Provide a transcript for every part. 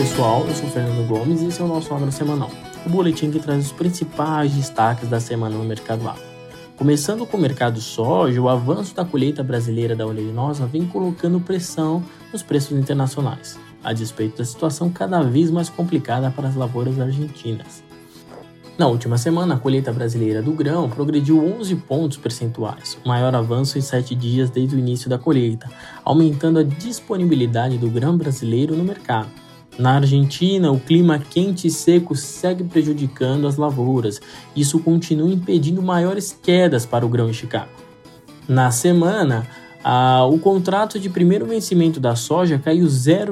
pessoal, eu sou Fernando Gomes e esse é o nosso Agro Semanal, o boletim que traz os principais destaques da semana no mercado agro. Começando com o mercado soja, o avanço da colheita brasileira da oleaginosa vem colocando pressão nos preços internacionais, a despeito da situação cada vez mais complicada para as lavouras argentinas. Na última semana, a colheita brasileira do grão progrediu 11 pontos percentuais, o maior avanço em 7 dias desde o início da colheita, aumentando a disponibilidade do grão brasileiro no mercado. Na Argentina, o clima quente e seco segue prejudicando as lavouras. Isso continua impedindo maiores quedas para o grão em Chicago. Na semana, o contrato de primeiro vencimento da soja caiu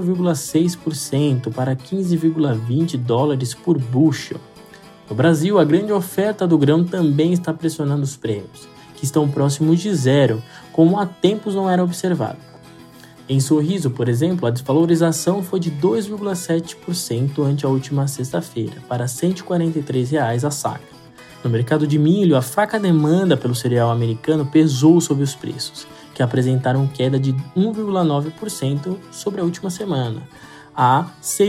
0,6% para $15,20 por bushel. No Brasil, a grande oferta do grão também está pressionando os prêmios, que estão próximos de zero, como há tempos não era observado. Em Sorriso, por exemplo, a desvalorização foi de 2,7% ante a última sexta-feira, para R$ 143 a saca. No mercado de milho, a fraca demanda pelo cereal americano pesou sobre os preços, que apresentaram queda de 1,9% sobre a última semana, a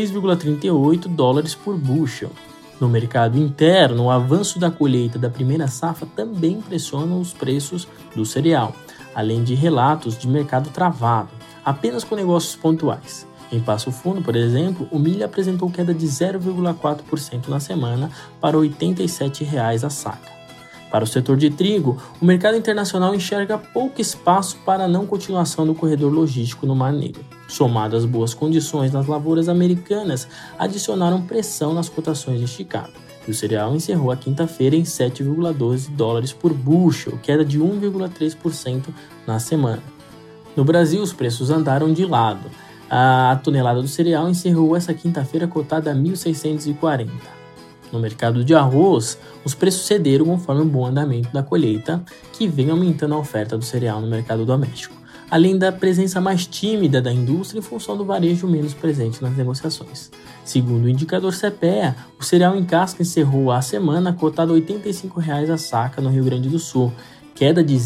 $6,38 por bushel. No mercado interno, o avanço da colheita da primeira safra também pressiona os preços do cereal, além de relatos de mercado travado, apenas com negócios pontuais. Em Passo Fundo, por exemplo, o milho apresentou queda de 0,4% na semana para R$ 87 a saca. Para o setor de trigo, o mercado internacional enxerga pouco espaço para a não continuação do corredor logístico no Mar Negro. Somado às boas condições nas lavouras americanas, adicionaram pressão nas cotações de Chicago. E o cereal encerrou a quinta-feira em $7,12 por bushel, queda de 1,3% na semana. No Brasil, os preços andaram de lado. A tonelada do cereal encerrou essa quinta-feira cotada a 1.640. No mercado de arroz, os preços cederam conforme o bom andamento da colheita, que vem aumentando a oferta do cereal no mercado doméstico, além da presença mais tímida da indústria em função do varejo menos presente nas negociações. Segundo o indicador CPEA, o cereal em casca encerrou a semana cotado a R$ 85 a saca no Rio Grande do Sul, queda de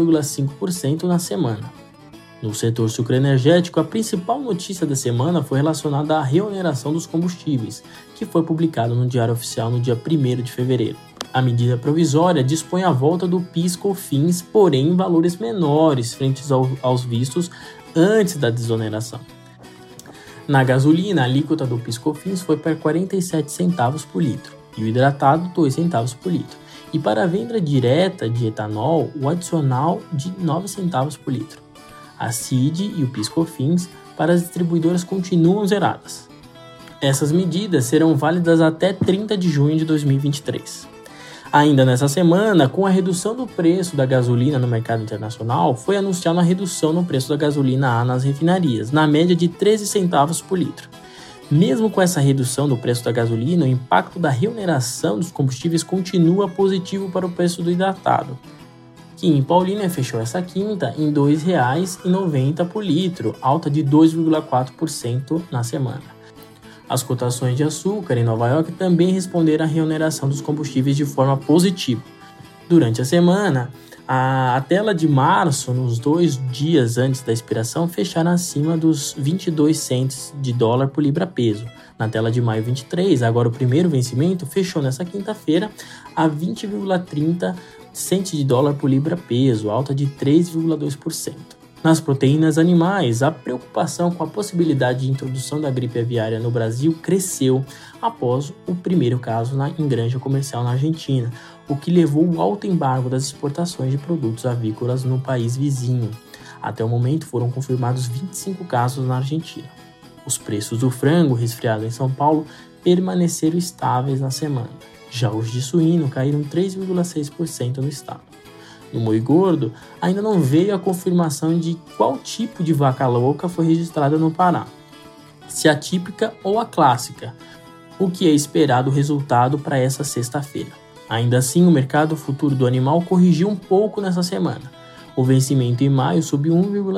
0,5% na semana. No setor sucroenergético, a principal notícia da semana foi relacionada à reoneração dos combustíveis, que foi publicado no Diário Oficial no dia 1º de fevereiro. A medida provisória dispõe a volta do PIS/COFINS, porém em valores menores frente aos vistos antes da desoneração. Na gasolina, a alíquota do PIS/COFINS foi para 47 centavos por litro e o hidratado 2 centavos por litro. E para a venda direta de etanol, o adicional de 9 centavos por litro. A CID e o PIS/COFINS para as distribuidoras continuam zeradas. Essas medidas serão válidas até 30 de junho de 2023. Ainda nessa semana, com a redução do preço da gasolina no mercado internacional, foi anunciada uma redução no preço da gasolina A nas refinarias, na média de 13 centavos por litro. Mesmo com essa redução do preço da gasolina, o impacto da reoneração dos combustíveis continua positivo para o preço do hidratado, que em Paulínia fechou essa quinta em R$ 2,90 por litro, alta de 2,4% na semana. As cotações de açúcar em Nova York também responderam à reoneração dos combustíveis de forma positiva. Durante a semana, a tela de março, nos 2 dias antes da expiração, fecharam acima dos 22 cents de dólar por libra-peso. Na tela de maio 23, agora o primeiro vencimento, fechou nessa quinta-feira a 20,30 cents de dólar por libra-peso, alta de 3,2%. Nas proteínas animais, a preocupação com a possibilidade de introdução da gripe aviária no Brasil cresceu após o primeiro caso em granja comercial na Argentina, o que levou ao alto embargo das exportações de produtos avícolas no país vizinho. Até o momento foram confirmados 25 casos na Argentina. Os preços do frango resfriado em São Paulo permaneceram estáveis na semana. Já os de suíno caíram 3,6% no estado. No boi gordo, ainda não veio a confirmação de qual tipo de vaca louca foi registrada no Pará, se a típica ou a clássica, o que é esperado o resultado para essa sexta-feira. Ainda assim, o mercado futuro do animal corrigiu um pouco nessa semana. O vencimento em maio subiu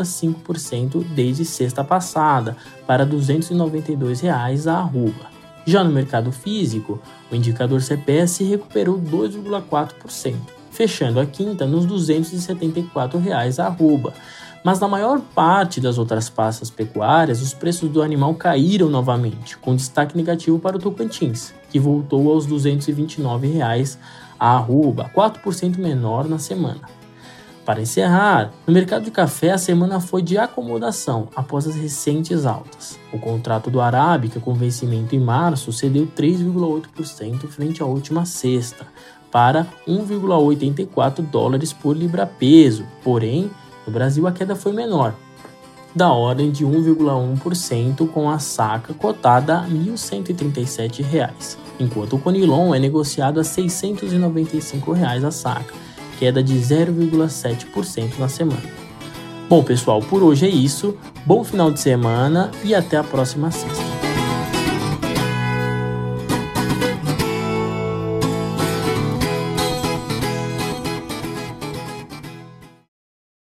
1,5% desde sexta passada, para R$ 292 a arroba. Já no mercado físico, o indicador CPEA se recuperou 2,4%. fechando a quinta nos R$ 274 a arroba. Mas na maior parte das outras praças pecuárias, os preços do animal caíram novamente, com destaque negativo para o Tocantins, que voltou aos R$ 229 a arroba, 4% menor na semana. Para encerrar, no mercado de café a semana foi de acomodação após as recentes altas. O contrato do Arábica com vencimento em março cedeu 3,8% frente à última sexta, para $1,84 por libra-peso, porém, no Brasil a queda foi menor, da ordem de 1,1% com a saca cotada a R$ 1.137, enquanto o Conilon é negociado a R$ 695 a saca, queda de 0,7% na semana. Bom pessoal, por hoje é isso, bom final de semana e até a próxima sexta.